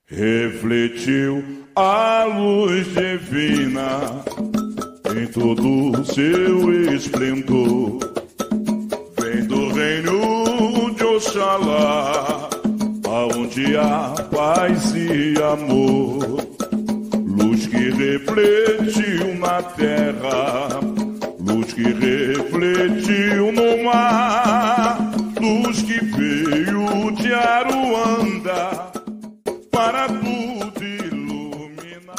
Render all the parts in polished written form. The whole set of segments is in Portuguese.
Refletiu a luz divina em todo o seu esplendor. Vem do reino de Oxalá, aonde há paz e amor. Luz que refletiu na terra, luz que refletiu no mar, luz que veio de Aruanda para tudo iluminar.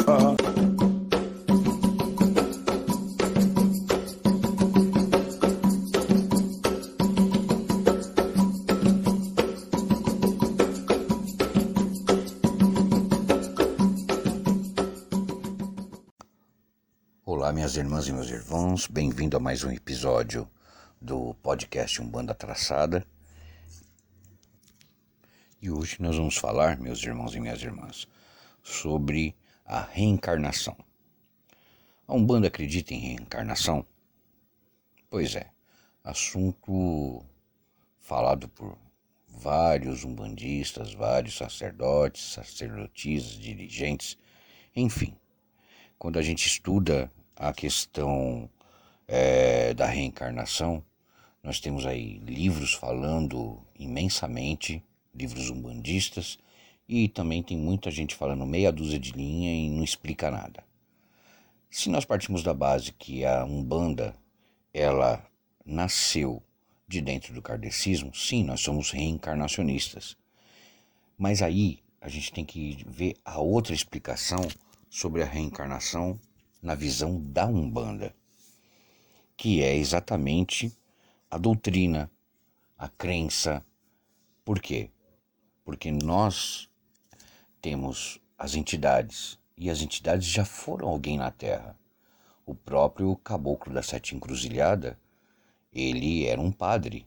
Olá, minhas irmãs e meus irmãos, bem-vindo a mais um episódio do podcast Umbanda Traçada. E hoje nós vamos falar, meus irmãos e minhas irmãs, sobre a reencarnação. A Umbanda acredita em reencarnação? Pois é, assunto falado por vários umbandistas, vários sacerdotes, sacerdotisas, dirigentes, enfim. Quando a gente estuda a questão da reencarnação, nós temos aí livros falando imensamente, livros umbandistas, e também tem muita gente falando meia dúzia de linha e não explica nada. Se nós partimos da base que a Umbanda, ela nasceu de dentro do kardecismo, sim, nós somos reencarnacionistas. Mas aí a gente tem que ver a outra explicação sobre a reencarnação na visão da Umbanda, que é exatamente a doutrina, a crença. Por quê? Porque nós temos as entidades, e as entidades já foram alguém na Terra. O próprio Caboclo da Sete Encruzilhada, ele era um padre.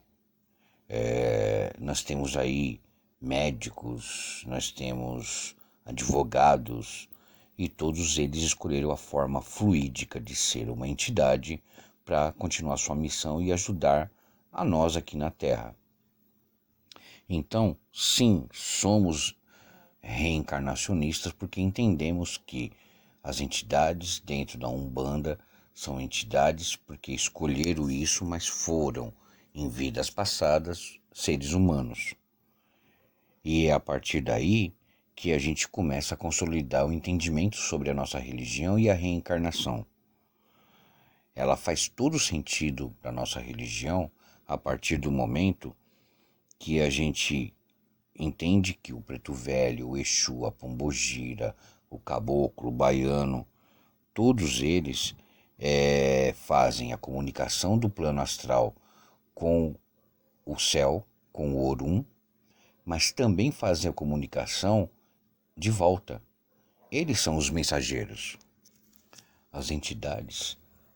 Nós temos aí médicos, nós temos advogados, e todos eles escolheram a forma fluídica de ser uma entidade para continuar sua missão e ajudar a nós aqui na Terra. Então, sim, somos reencarnacionistas porque entendemos que as entidades dentro da Umbanda são entidades porque escolheram isso, mas foram, em vidas passadas, seres humanos. E é a partir daí que a gente começa a consolidar o entendimento sobre a nossa religião e a reencarnação. Ela faz todo sentido para a nossa religião a partir do momento que a gente entende que o Preto Velho, o Exu, a Pombogira, o Caboclo, o Baiano, todos eles fazem a comunicação do plano astral com o céu, com o Orum, mas também fazem a comunicação de volta. Eles são os mensageiros. As entidades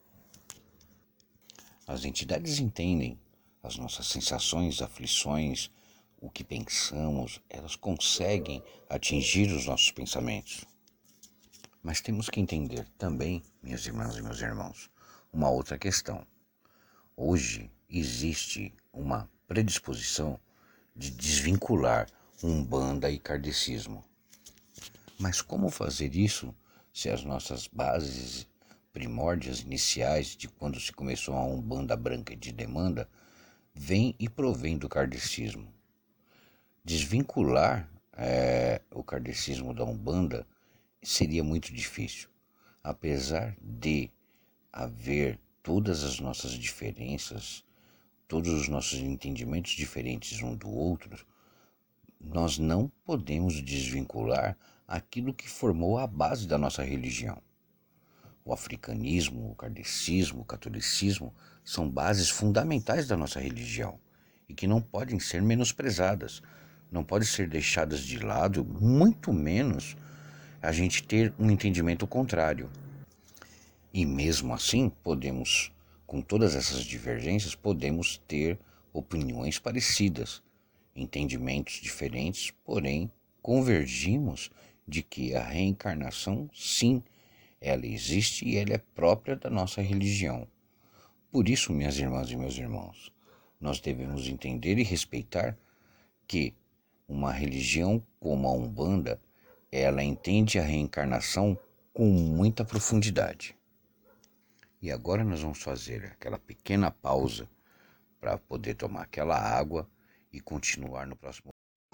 entendem as nossas sensações, aflições, o que pensamos, elas conseguem atingir os nossos pensamentos. Mas temos que entender também, minhas irmãs e meus irmãos, uma outra questão. Hoje existe uma predisposição de desvincular Umbanda e kardecismo. Mas como fazer isso se as nossas bases primórdias iniciais de quando se começou a Umbanda branca de demanda vem e provém do kardecismo? Desvincular o kardecismo da Umbanda seria muito difícil, apesar de haver todas as nossas diferenças, todos os nossos entendimentos diferentes um do outro. Nós não podemos desvincular aquilo que formou a base da nossa religião. O africanismo, o kardecismo, o catolicismo são bases fundamentais da nossa religião e que não podem ser menosprezadas, não podem ser deixadas de lado, muito menos a gente ter um entendimento contrário. E mesmo assim, podemos, com todas essas divergências, podemos ter opiniões parecidas, entendimentos diferentes, porém convergimos de que a reencarnação, sim, ela existe e ela é própria da nossa religião. Por isso, minhas irmãs e meus irmãos, nós devemos entender e respeitar que uma religião como a Umbanda, ela entende a reencarnação com muita profundidade. E agora nós vamos fazer aquela pequena pausa para poder tomar aquela água e continuar no próximo.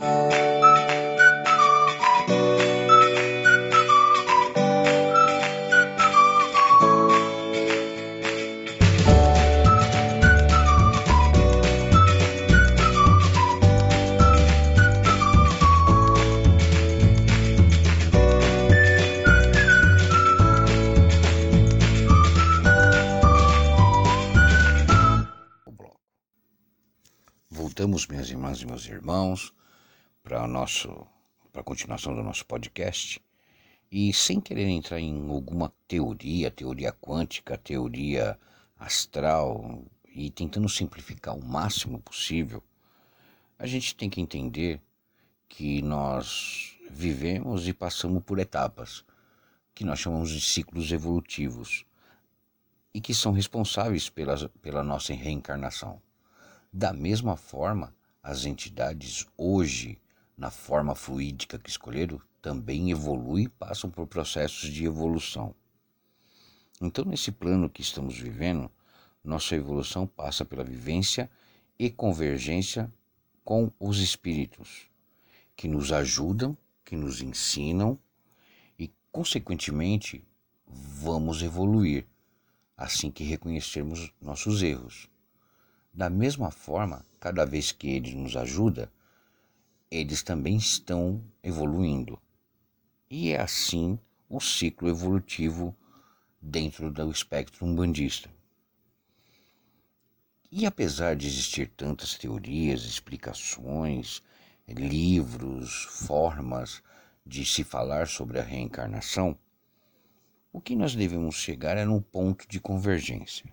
Voltamos, minhas irmãs e meus irmãos, para a continuação do nosso podcast. E sem querer entrar em alguma teoria quântica, teoria astral, e tentando simplificar o máximo possível, a gente tem que entender que nós vivemos e passamos por etapas, que nós chamamos de ciclos evolutivos, e que são responsáveis pela nossa reencarnação. Da mesma forma, as entidades hoje, na forma fluídica que escolheram, também evoluem e passam por processos de evolução. Então, nesse plano que estamos vivendo, nossa evolução passa pela vivência e convergência com os espíritos, que nos ajudam, que nos ensinam e, consequentemente, vamos evoluir, assim que reconhecermos nossos erros. Da mesma forma, cada vez que eles nos ajudam, eles também estão evoluindo. E é assim o ciclo evolutivo dentro do espectro umbandista. E apesar de existir tantas teorias, explicações, livros, formas de se falar sobre a reencarnação, o que nós devemos chegar é num ponto de convergência.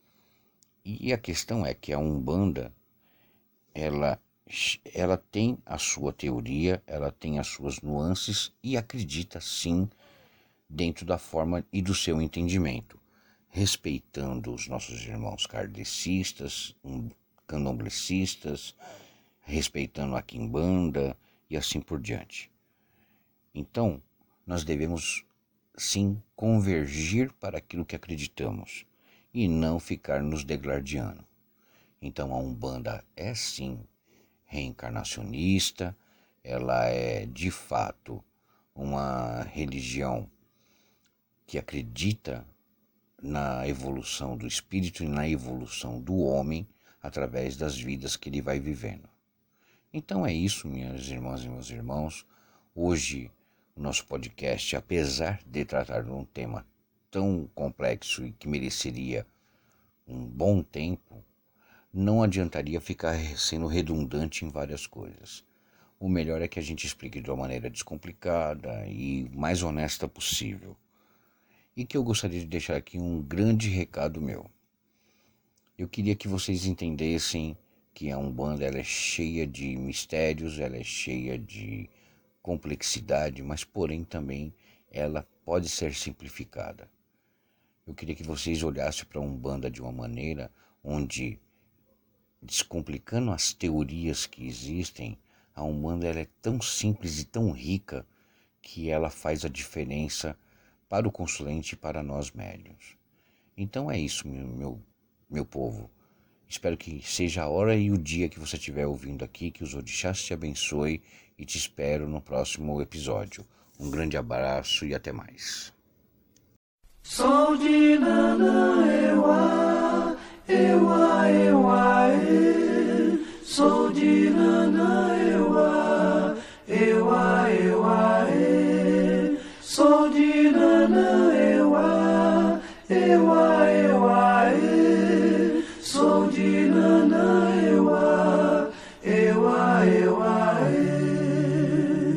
E a questão é que a Umbanda, ela tem a sua teoria, ela tem as suas nuances e acredita sim dentro da forma e do seu entendimento, respeitando os nossos irmãos kardecistas, candomblecistas, respeitando a quimbanda e assim por diante. Então, nós devemos sim convergir para aquilo que acreditamos e não ficar nos degladiando. Então a Umbanda é sim reencarnacionista, ela é de fato uma religião que acredita na evolução do espírito e na evolução do homem através das vidas que ele vai vivendo. Então é isso, minhas irmãs e meus irmãos. Hoje o nosso podcast, apesar de tratar de um tema tão complexo e que mereceria um bom tempo, não adiantaria ficar sendo redundante em várias coisas. O melhor é que a gente explique de uma maneira descomplicada e mais honesta possível. E que eu gostaria de deixar aqui um grande recado meu. Eu queria que vocês entendessem que a Umbanda ela é cheia de mistérios, ela é cheia de complexidade, mas porém também ela pode ser simplificada. Eu queria que vocês olhassem para a Umbanda de uma maneira onde, descomplicando as teorias que existem, a Umbanda ela é tão simples e tão rica que ela faz a diferença para o consulente e para nós médiuns. Então é isso, meu povo. Espero que seja a hora e o dia que você estiver ouvindo aqui, que os orixás te abençoe e te espero no próximo episódio. Um grande abraço e até mais. Sou de Nanã, Ewa, Sou de Nanã, Ewa.